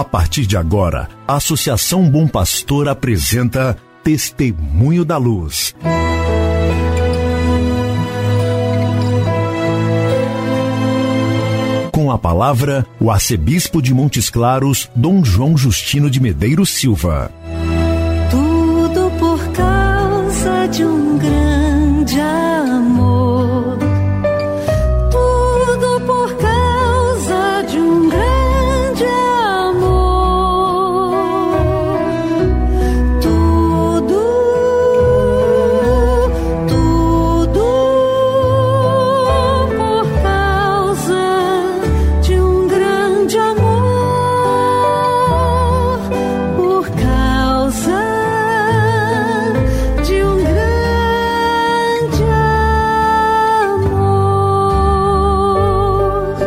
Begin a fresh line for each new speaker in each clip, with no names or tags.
A partir de agora, a Associação Bom Pastor apresenta Testemunho da Luz. Com a palavra, o arcebispo de Montes Claros, Dom João Justino de Medeiros Silva.
Tudo por causa de um grande amor. Tudo por causa de um grande amor. Tudo por causa de um grande amor. Por causa de um grande amor.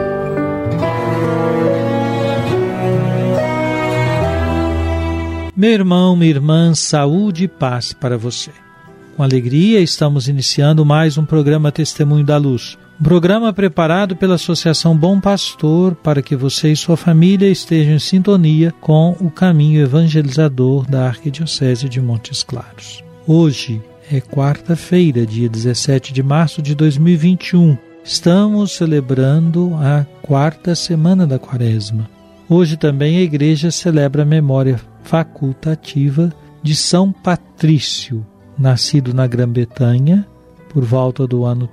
Meu irmão, minha irmã, saúde e paz para você. Com alegria estamos iniciando mais um programa Testemunho da Luz. Um programa preparado pela Associação Bom Pastor para que você e sua família estejam em sintonia com o caminho evangelizador da Arquidiocese de Montes Claros. Hoje é quarta-feira, dia 17 de março de 2021. Estamos celebrando a quarta semana da Quaresma. Hoje também a Igreja celebra a memória facultativa de São Patrício, nascido na Grã-Bretanha por volta do ano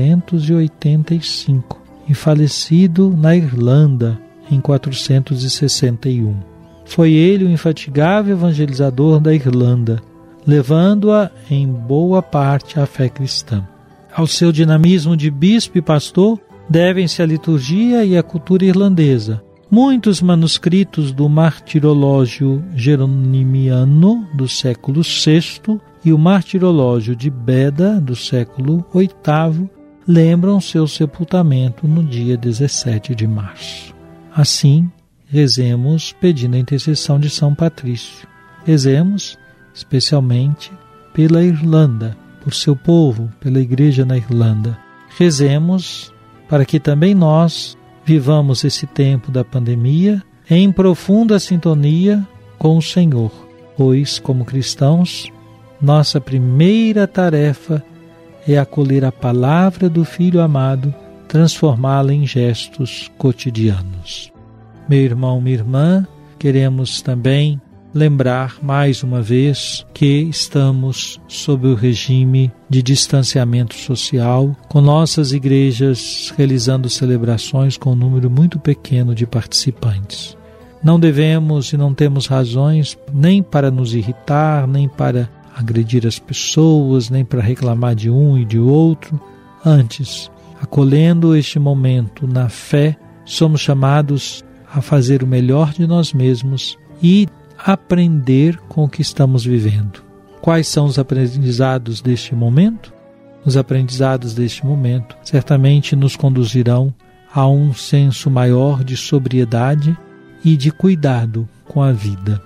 385 e falecido na Irlanda em 461. Foi ele o infatigável evangelizador da Irlanda, levando-a em boa parte à fé cristã. Ao seu dinamismo de bispo e pastor devem-se a liturgia e a cultura irlandesa. Muitos manuscritos do Martirológio Jeronimiano do século VI e o Martirológio de Beda do século VIII lembram seu sepultamento no dia 17 de março. Assim, rezemos pedindo a intercessão de São Patrício. Rezemos especialmente pela Irlanda, por seu povo, pela Igreja na Irlanda. Rezemos para que também nós vivamos esse tempo da pandemia em profunda sintonia com o Senhor, pois, como cristãos, nossa primeira tarefa é acolher a palavra do Filho amado, transformá-la em gestos cotidianos. Meu irmão, minha irmã, queremos também lembrar mais uma vez que estamos sob o regime de distanciamento social, com nossas igrejas realizando celebrações com um número muito pequeno de participantes. Não devemos e não temos razões nem para nos irritar, nem para agredir as pessoas, nem para reclamar de um e de outro. Antes, acolhendo este momento na fé, somos chamados a fazer o melhor de nós mesmos e aprender com o que estamos vivendo. Quais são os aprendizados deste momento? Os aprendizados deste momento certamente nos conduzirão a um senso maior de sobriedade e de cuidado com a vida.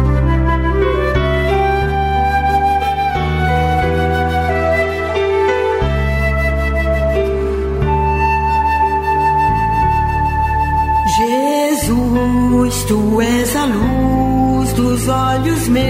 Jesus, tu és a luz dos olhos meus.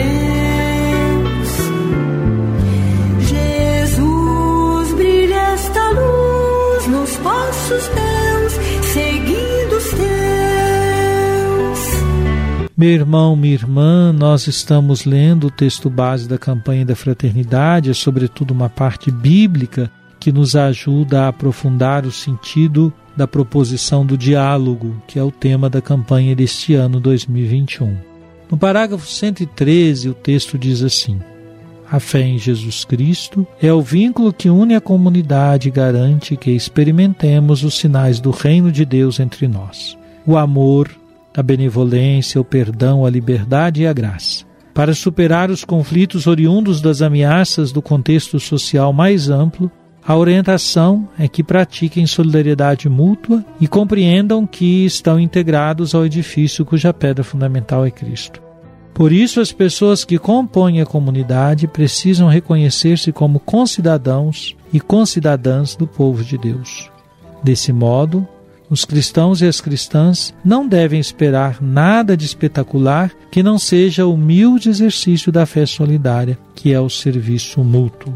Jesus, brilha esta luz nos passos teus, seguindo os teus.
Meu irmão, minha irmã, nós estamos lendo o texto base da campanha da fraternidade, é sobretudo uma parte bíblica que nos ajuda a aprofundar o sentido da proposição do diálogo, que é o tema da campanha deste ano 2021. No parágrafo 113, o texto diz assim: a fé em Jesus Cristo é o vínculo que une a comunidade e garante que experimentemos os sinais do reino de Deus entre nós. O amor, a benevolência, o perdão, a liberdade e a graça. Para superar os conflitos oriundos das ameaças do contexto social mais amplo, a orientação é que pratiquem solidariedade mútua e compreendam que estão integrados ao edifício cuja pedra fundamental é Cristo. Por isso, as pessoas que compõem a comunidade precisam reconhecer-se como concidadãos e concidadãs do povo de Deus. Desse modo, Os cristãos e as cristãs não devem esperar nada de espetacular que não seja o humilde exercício da fé solidária, que é o serviço mútuo.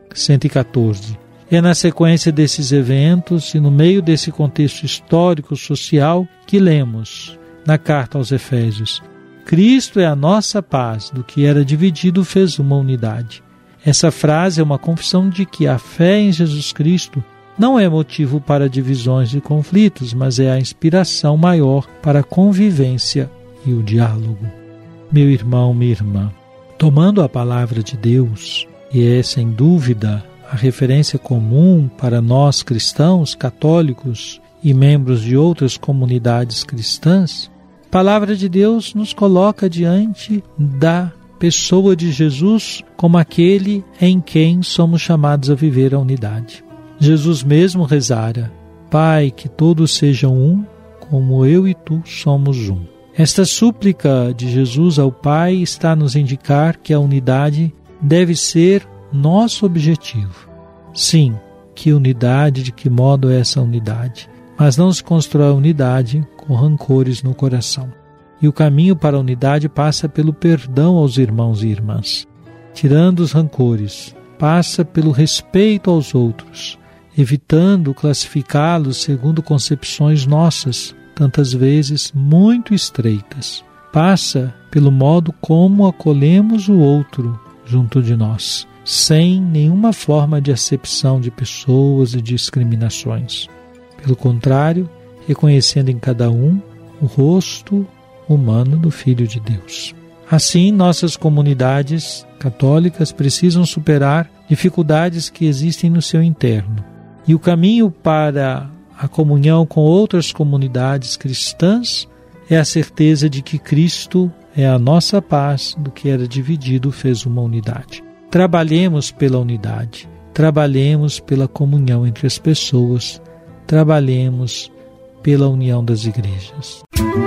114. É na sequência desses eventos e no meio desse contexto histórico-social que lemos na carta aos Efésios: Cristo é a nossa paz, do que era dividido fez uma unidade. Essa frase é uma confissão de que a fé em Jesus Cristo não é motivo para divisões e conflitos, mas é a inspiração maior para a convivência e o diálogo. Meu irmão, minha irmã, tomando a palavra de Deus, e é sem dúvida a referência comum para nós cristãos, católicos e membros de outras comunidades cristãs, a palavra de Deus nos coloca diante da pessoa de Jesus como aquele em quem somos chamados a viver a unidade. Jesus mesmo rezara: Pai, que todos sejam um, como eu e tu somos um. Esta súplica de Jesus ao Pai está a nos indicar que a unidade deve ser nosso objetivo. Sim, que unidade, de que modo é essa unidade? Mas não se constrói a unidade com rancores no coração. E o caminho para a unidade passa pelo perdão aos irmãos e irmãs. Tirando os rancores, passa pelo respeito aos outros, evitando classificá-los segundo concepções nossas, tantas vezes muito estreitas. Passa pelo modo como acolhemos o outro junto de nós, sem nenhuma forma de acepção de pessoas e discriminações. Pelo contrário, reconhecendo em cada um o rosto humano do Filho de Deus. Assim, nossas comunidades católicas precisam superar dificuldades que existem no seu interno. E o caminho para a comunhão com outras comunidades cristãs é a certeza de que Cristo é a nossa paz, do que era dividido fez uma unidade. Trabalhemos pela unidade, trabalhemos pela comunhão entre as pessoas, trabalhemos pela união das igrejas.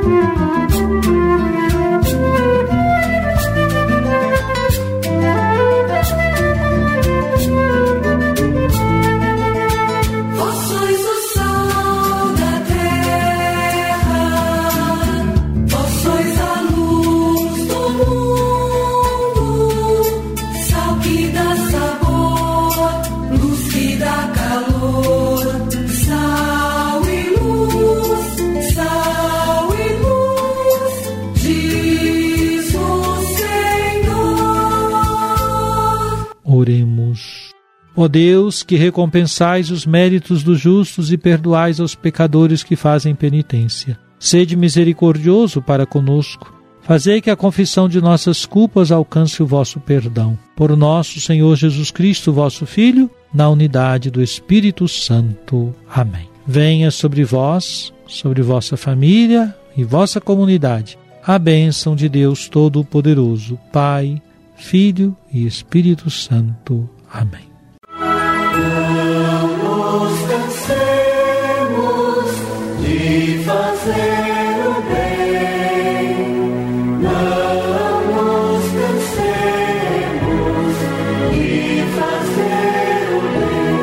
Oremos. Ó Deus, que recompensais os méritos dos justos e perdoais aos pecadores que fazem penitência, sede misericordioso para conosco. Fazei que a confissão de nossas culpas alcance o vosso perdão. Por nosso Senhor Jesus Cristo, vosso Filho, na unidade do Espírito Santo. Amém. Venha sobre vós, sobre vossa família e vossa comunidade, a bênção de Deus Todo-Poderoso, Pai, Filho e Espírito Santo. Amém.
Não nos cansemos de fazer o bem, não nos cansemos de fazer o bem,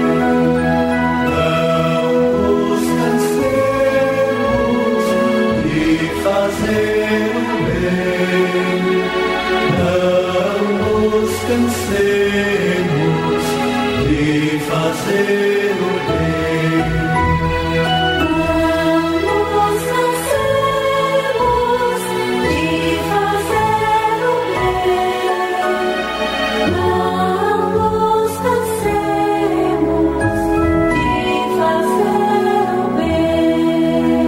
não nos cansemos de fazer o bem, não nos cansemos de fazer o bem. Não nos cansemos de fazer o bem. Não nos cansemos de fazer o bem.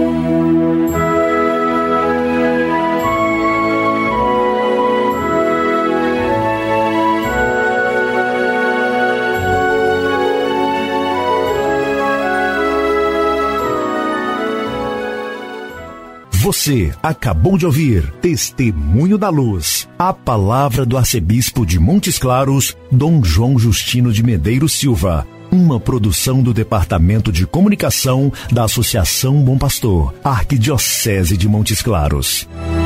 Você acabou de ouvir Testemunho da Luz, a palavra do arcebispo de Montes Claros, Dom João Justino de Medeiros Silva, uma produção do Departamento de Comunicação da Associação Bom Pastor, Arquidiocese de Montes Claros.